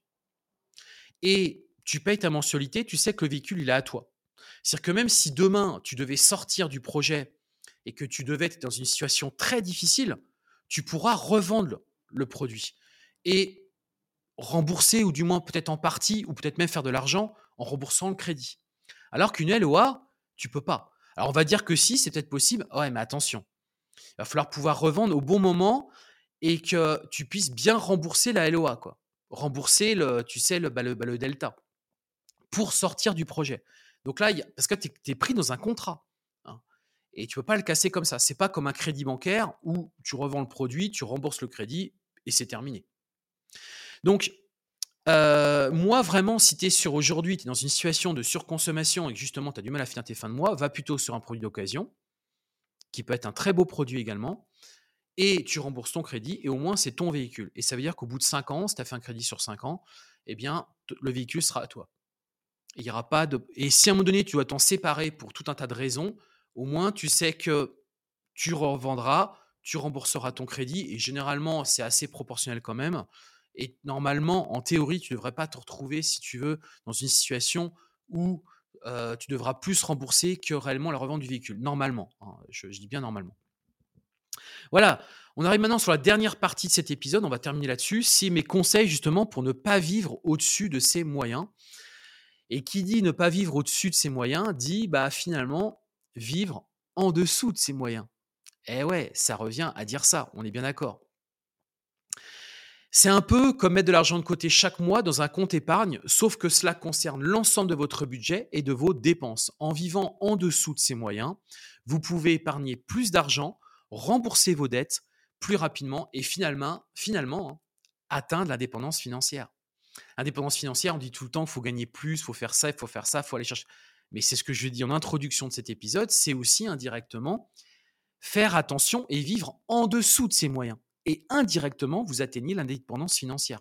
et tu payes ta mensualité, tu sais que le véhicule il est à toi. C'est-à-dire que même si demain tu devais sortir du projet et que tu devais être dans une situation très difficile, tu pourras revendre le produit et rembourser, ou du moins peut-être en partie, ou peut-être même faire de l'argent en remboursant le crédit. Alors qu'une L O A, tu peux pas. Alors on va dire que si, c'est peut-être possible. Ouais, mais attention, il va falloir pouvoir revendre au bon moment et que tu puisses bien rembourser la L O A, quoi. Rembourser le, tu sais, le, bah, le, bah, le delta pour sortir du projet. Donc là, y a, parce que tu es pris dans un contrat. Hein, et tu ne peux pas le casser comme ça. Ce n'est pas comme un crédit bancaire où tu revends le produit, tu rembourses le crédit et c'est terminé. Donc, euh, moi, vraiment, si tu es sur aujourd'hui, tu es dans une situation de surconsommation et que justement, tu as du mal à finir tes fins de mois, va plutôt sur un produit d'occasion, qui peut être un très beau produit également, et tu rembourses ton crédit, et au moins, c'est ton véhicule. Et ça veut dire qu'au bout de cinq ans, si tu as fait un crédit sur cinq ans, eh bien, t- le véhicule sera à toi. Il y aura pas de... Et si à un moment donné, tu dois t'en séparer pour tout un tas de raisons, au moins, tu sais que tu revendras, tu rembourseras ton crédit, et généralement, c'est assez proportionnel quand même. Et normalement, en théorie, tu ne devrais pas te retrouver, si tu veux, dans une situation où euh, tu devras plus rembourser que réellement la revente du véhicule. Normalement, hein, je, je dis bien normalement. Voilà, on arrive maintenant sur la dernière partie de cet épisode, on va terminer là-dessus. C'est mes conseils justement pour ne pas vivre au-dessus de ses moyens. Et qui dit ne pas vivre au-dessus de ses moyens, dit bah, finalement vivre en dessous de ses moyens. Eh ouais, ça revient à dire ça, on est bien d'accord. C'est un peu comme mettre de l'argent de côté chaque mois dans un compte épargne, sauf que cela concerne l'ensemble de votre budget et de vos dépenses. En vivant en dessous de ses moyens, vous pouvez épargner plus d'argent, rembourser vos dettes plus rapidement et finalement, finalement hein, atteindre l'indépendance financière. Indépendance financière, on dit tout le temps qu'il faut gagner plus, il faut faire ça, il faut faire ça, il faut aller chercher. Mais c'est ce que je dis en introduction de cet épisode, c'est aussi indirectement faire attention et vivre en dessous de ses moyens. Et indirectement, vous atteignez l'indépendance financière.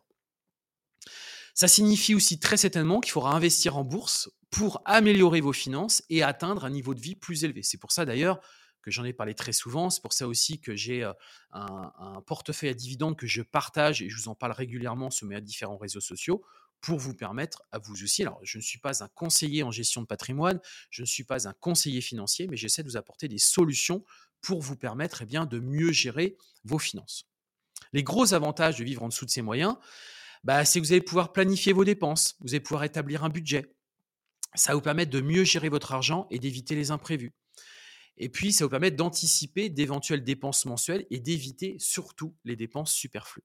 Ça signifie aussi très certainement qu'il faudra investir en bourse pour améliorer vos finances et atteindre un niveau de vie plus élevé. C'est pour ça d'ailleurs que j'en ai parlé très souvent. C'est pour ça aussi que j'ai un, un portefeuille à dividendes que je partage et je vous en parle régulièrement sur mes différents réseaux sociaux pour vous permettre à vous aussi. Alors, je ne suis pas un conseiller en gestion de patrimoine, je ne suis pas un conseiller financier, mais j'essaie de vous apporter des solutions pour vous permettre eh bien, de mieux gérer vos finances. Les gros avantages de vivre en dessous de ses moyens, bah, c'est que vous allez pouvoir planifier vos dépenses, vous allez pouvoir établir un budget. Ça va vous permettre de mieux gérer votre argent et d'éviter les imprévus. Et puis, ça va vous permettre d'anticiper d'éventuelles dépenses mensuelles et d'éviter surtout les dépenses superflues.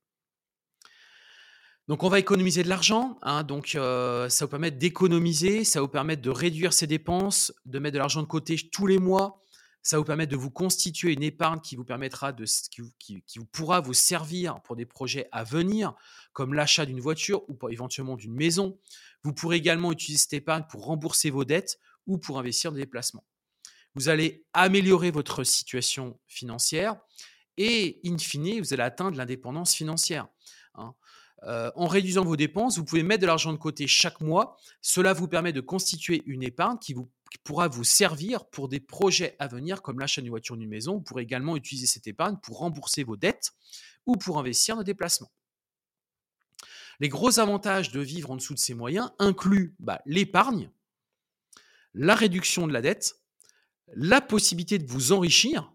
Donc, on va économiser de l'argent. Hein, donc, euh, ça va vous permettre d'économiser, ça va vous permettre de réduire ses dépenses, de mettre de l'argent de côté tous les mois. Ça va vous permettre de vous constituer une épargne qui vous permettra de, qui, qui, qui pourra vous servir pour des projets à venir, comme l'achat d'une voiture ou pour, éventuellement d'une maison. Vous pourrez également utiliser cette épargne pour rembourser vos dettes ou pour investir dans des placements. Vous allez améliorer votre situation financière et, in fine, vous allez atteindre l'indépendance financière. Hein. Euh, en réduisant vos dépenses, vous pouvez mettre de l'argent de côté chaque mois. Cela vous permet de constituer une épargne qui, vous, qui pourra vous servir pour des projets à venir comme l'achat d'une voiture ou d'une maison. Vous pourrez également utiliser cette épargne pour rembourser vos dettes ou pour investir dans des placements. Les gros avantages de vivre en dessous de ces moyens incluent bah, l'épargne, la réduction de la dette, la possibilité de vous enrichir,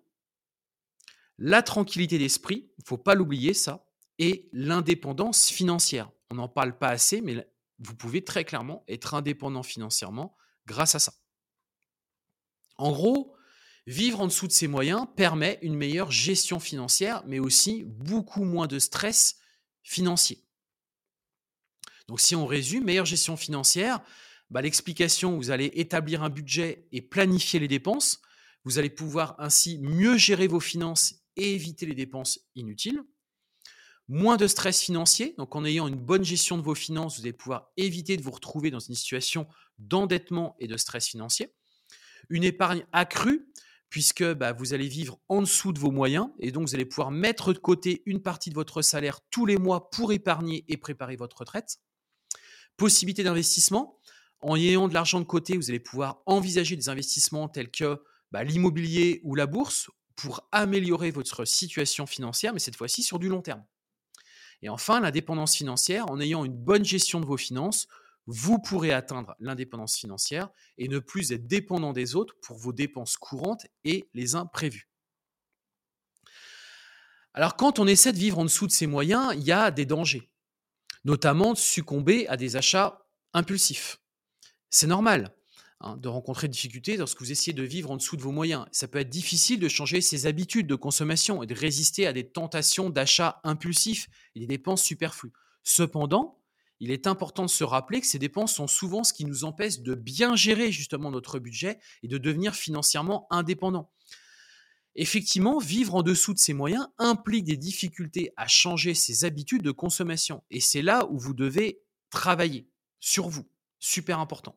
la tranquillité d'esprit, il ne faut pas l'oublier ça, et l'indépendance financière. On n'en parle pas assez, mais vous pouvez très clairement être indépendant financièrement grâce à ça. En gros, vivre en dessous de ses moyens permet une meilleure gestion financière, mais aussi beaucoup moins de stress financier. Donc si on résume, meilleure gestion financière, bah, l'explication, vous allez établir un budget et planifier les dépenses. Vous allez pouvoir ainsi mieux gérer vos finances et éviter les dépenses inutiles. Moins de stress financier, donc en ayant une bonne gestion de vos finances, vous allez pouvoir éviter de vous retrouver dans une situation d'endettement et de stress financier. Une épargne accrue, puisque bah, vous allez vivre en dessous de vos moyens et donc vous allez pouvoir mettre de côté une partie de votre salaire tous les mois pour épargner et préparer votre retraite. Possibilité d'investissement. En ayant de l'argent de côté, vous allez pouvoir envisager des investissements tels que bah, l'immobilier ou la bourse pour améliorer votre situation financière, mais cette fois-ci sur du long terme. Et enfin, l'indépendance financière. En ayant une bonne gestion de vos finances, vous pourrez atteindre l'indépendance financière et ne plus être dépendant des autres pour vos dépenses courantes et les imprévus. Alors, quand on essaie de vivre en dessous de ses moyens, il y a des dangers, notamment de succomber à des achats impulsifs. C'est normal hein, de rencontrer des difficultés lorsque vous essayez de vivre en dessous de vos moyens. Ça peut être difficile de changer ses habitudes de consommation et de résister à des tentations d'achat impulsifs et des dépenses superflues. Cependant, il est important de se rappeler que ces dépenses sont souvent ce qui nous empêche de bien gérer justement notre budget et de devenir financièrement indépendant. Effectivement, vivre en dessous de ses moyens implique des difficultés à changer ses habitudes de consommation. Et c'est là où vous devez travailler sur vous. Super important.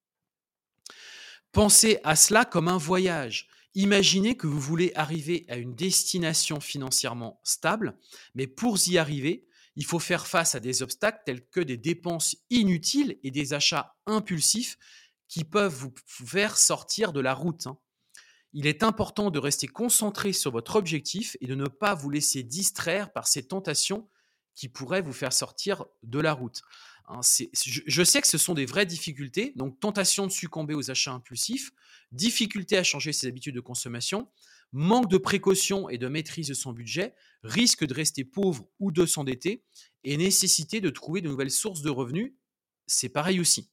Pensez à cela comme un voyage. Imaginez que vous voulez arriver à une destination financièrement stable, mais pour y arriver, il faut faire face à des obstacles tels que des dépenses inutiles et des achats impulsifs qui peuvent vous faire sortir de la route. Il est important de rester concentré sur votre objectif et de ne pas vous laisser distraire par ces tentations qui pourraient vous faire sortir de la route. Hein, c'est, je, je sais que ce sont des vraies difficultés, donc tentation de succomber aux achats impulsifs, difficulté à changer ses habitudes de consommation, manque de précaution et de maîtrise de son budget, risque de rester pauvre ou de s'endetter et nécessité de trouver de nouvelles sources de revenus, c'est pareil aussi.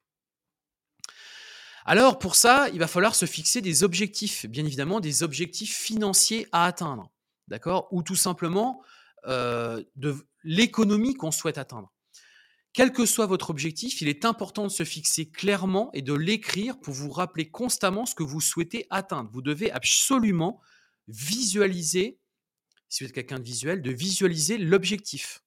Alors pour ça, il va falloir se fixer des objectifs, bien évidemment des objectifs financiers à atteindre, d'accord ? Ou tout simplement euh, de l'économie qu'on souhaite atteindre. quel que soit votre objectif, il est important de se fixer clairement et de l'écrire pour vous rappeler constamment ce que vous souhaitez atteindre. Vous devez absolument visualiser, si vous êtes quelqu'un de visuel, de visualiser l'objectif.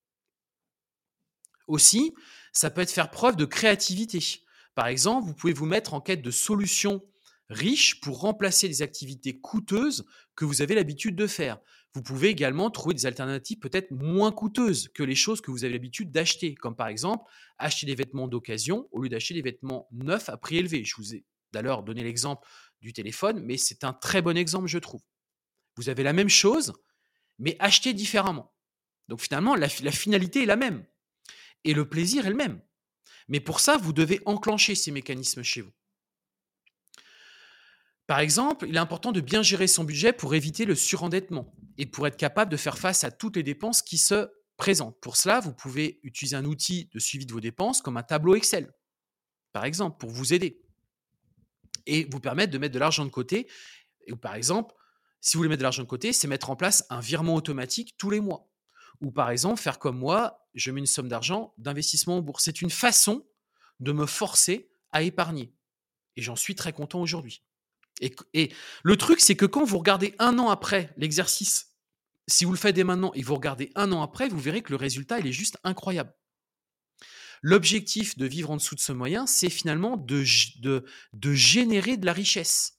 Aussi, ça peut être faire preuve de créativité. Par exemple, vous pouvez vous mettre en quête de solutions riches pour remplacer des activités coûteuses que vous avez l'habitude de faire. Vous pouvez également trouver des alternatives peut-être moins coûteuses que les choses que vous avez l'habitude d'acheter, comme par exemple acheter des vêtements d'occasion au lieu d'acheter des vêtements neufs à prix élevé. Je vous ai d'ailleurs donné l'exemple du téléphone, mais c'est un très bon exemple, je trouve. Vous avez la même chose, mais achetée différemment. Donc finalement, la, la finalité est la même et le plaisir est le même. Mais pour ça, vous devez enclencher ces mécanismes chez vous. Par exemple, il est important de bien gérer son budget pour éviter le surendettement et pour être capable de faire face à toutes les dépenses qui se présentent. Pour cela, vous pouvez utiliser un outil de suivi de vos dépenses comme un tableau Excel, par exemple, pour vous aider et vous permettre de mettre de l'argent de côté. Et par exemple, si vous voulez mettre de l'argent de côté, c'est mettre en place un virement automatique tous les mois. Ou par exemple, faire comme moi, je mets une somme d'argent d'investissement en bourse. C'est une façon de me forcer à épargner. Et j'en suis très content aujourd'hui. Et, et le truc, c'est que quand vous regardez un an après l'exercice, si vous le faites dès maintenant et vous regardez un an après, vous verrez que le résultat, il est juste incroyable. L'objectif de vivre en dessous de ce moyen, c'est finalement de, de, de générer de la richesse.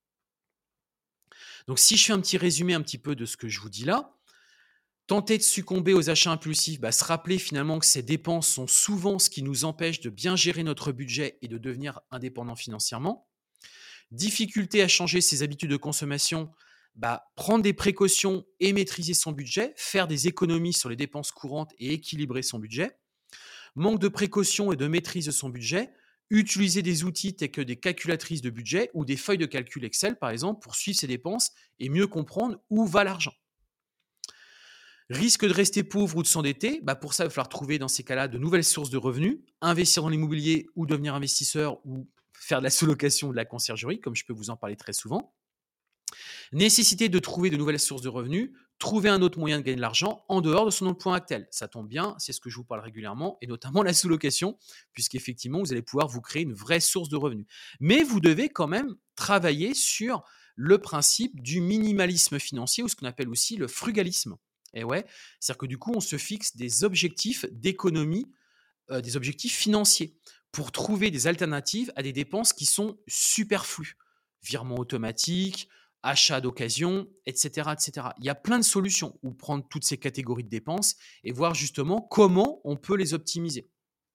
Donc, si je fais un petit résumé un petit peu de ce que je vous dis là, tenter de succomber aux achats impulsifs, bah, se rappeler finalement que ces dépenses sont souvent ce qui nous empêche de bien gérer notre budget et de devenir indépendant financièrement. Difficulté à changer ses habitudes de consommation, bah, prendre des précautions et maîtriser son budget, faire des économies sur les dépenses courantes et équilibrer son budget. Manque de précaution et de maîtrise de son budget, utiliser des outils tels que des calculatrices de budget ou des feuilles de calcul Excel, par exemple, pour suivre ses dépenses et mieux comprendre où va l'argent. Risque de rester pauvre ou de s'endetter, bah pour ça, il va falloir trouver dans ces cas-là de nouvelles sources de revenus, investir dans l'immobilier ou devenir investisseur ou faire de la sous-location ou de la conciergerie, comme je peux vous en parler très souvent. Nécessité de trouver de nouvelles sources de revenus, trouver un autre moyen de gagner de l'argent en dehors de son emploi actuel. Ça tombe bien, c'est ce que je vous parle régulièrement, et notamment la sous-location, puisqu'effectivement, vous allez pouvoir vous créer une vraie source de revenus. Mais vous devez quand même travailler sur le principe du minimalisme financier, ou ce qu'on appelle aussi le frugalisme. Et ouais, c'est-à-dire que du coup, on se fixe des objectifs d'économie, euh, des objectifs financiers, pour trouver des alternatives à des dépenses qui sont superflues. Virement automatique, achat d'occasion, et cetera, et cetera. Il y a plein de solutions où prendre toutes ces catégories de dépenses et voir justement comment on peut les optimiser.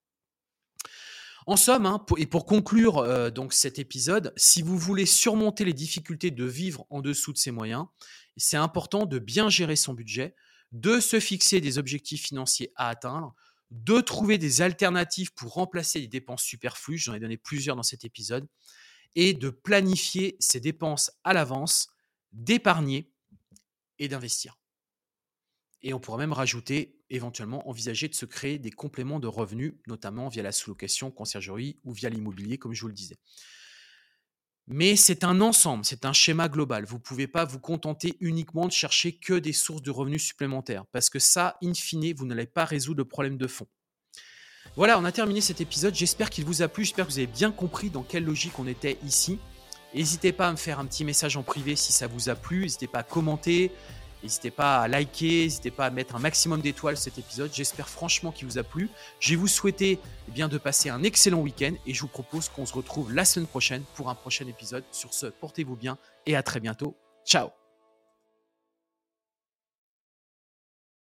En somme, hein, pour, et pour conclure euh, donc cet épisode, si vous voulez surmonter les difficultés de vivre en dessous de ses moyens, c'est important de bien gérer son budget, de se fixer des objectifs financiers à atteindre, de trouver des alternatives pour remplacer les dépenses superflues, j'en ai donné plusieurs dans cet épisode, et de planifier ses dépenses à l'avance, d'épargner et d'investir. Et on pourra même rajouter, éventuellement, envisager de se créer des compléments de revenus, notamment via la sous-location, conciergerie ou via l'immobilier, comme je vous le disais. Mais c'est un ensemble, c'est un schéma global. Vous ne pouvez pas vous contenter uniquement de chercher que des sources de revenus supplémentaires, parce que ça, in fine, vous n'allez pas résoudre le problème de fond. Voilà, on a terminé cet épisode. J'espère qu'il vous a plu. J'espère que vous avez bien compris dans quelle logique on était ici. N'hésitez pas à me faire un petit message en privé si ça vous a plu. N'hésitez pas à commenter. N'hésitez pas à liker. N'hésitez pas à mettre un maximum d'étoiles sur cet épisode. J'espère franchement qu'il vous a plu. Je vais vous souhaiter eh bien, de passer un excellent week-end et je vous propose qu'on se retrouve la semaine prochaine pour un prochain épisode. Sur ce, portez-vous bien et à très bientôt. Ciao!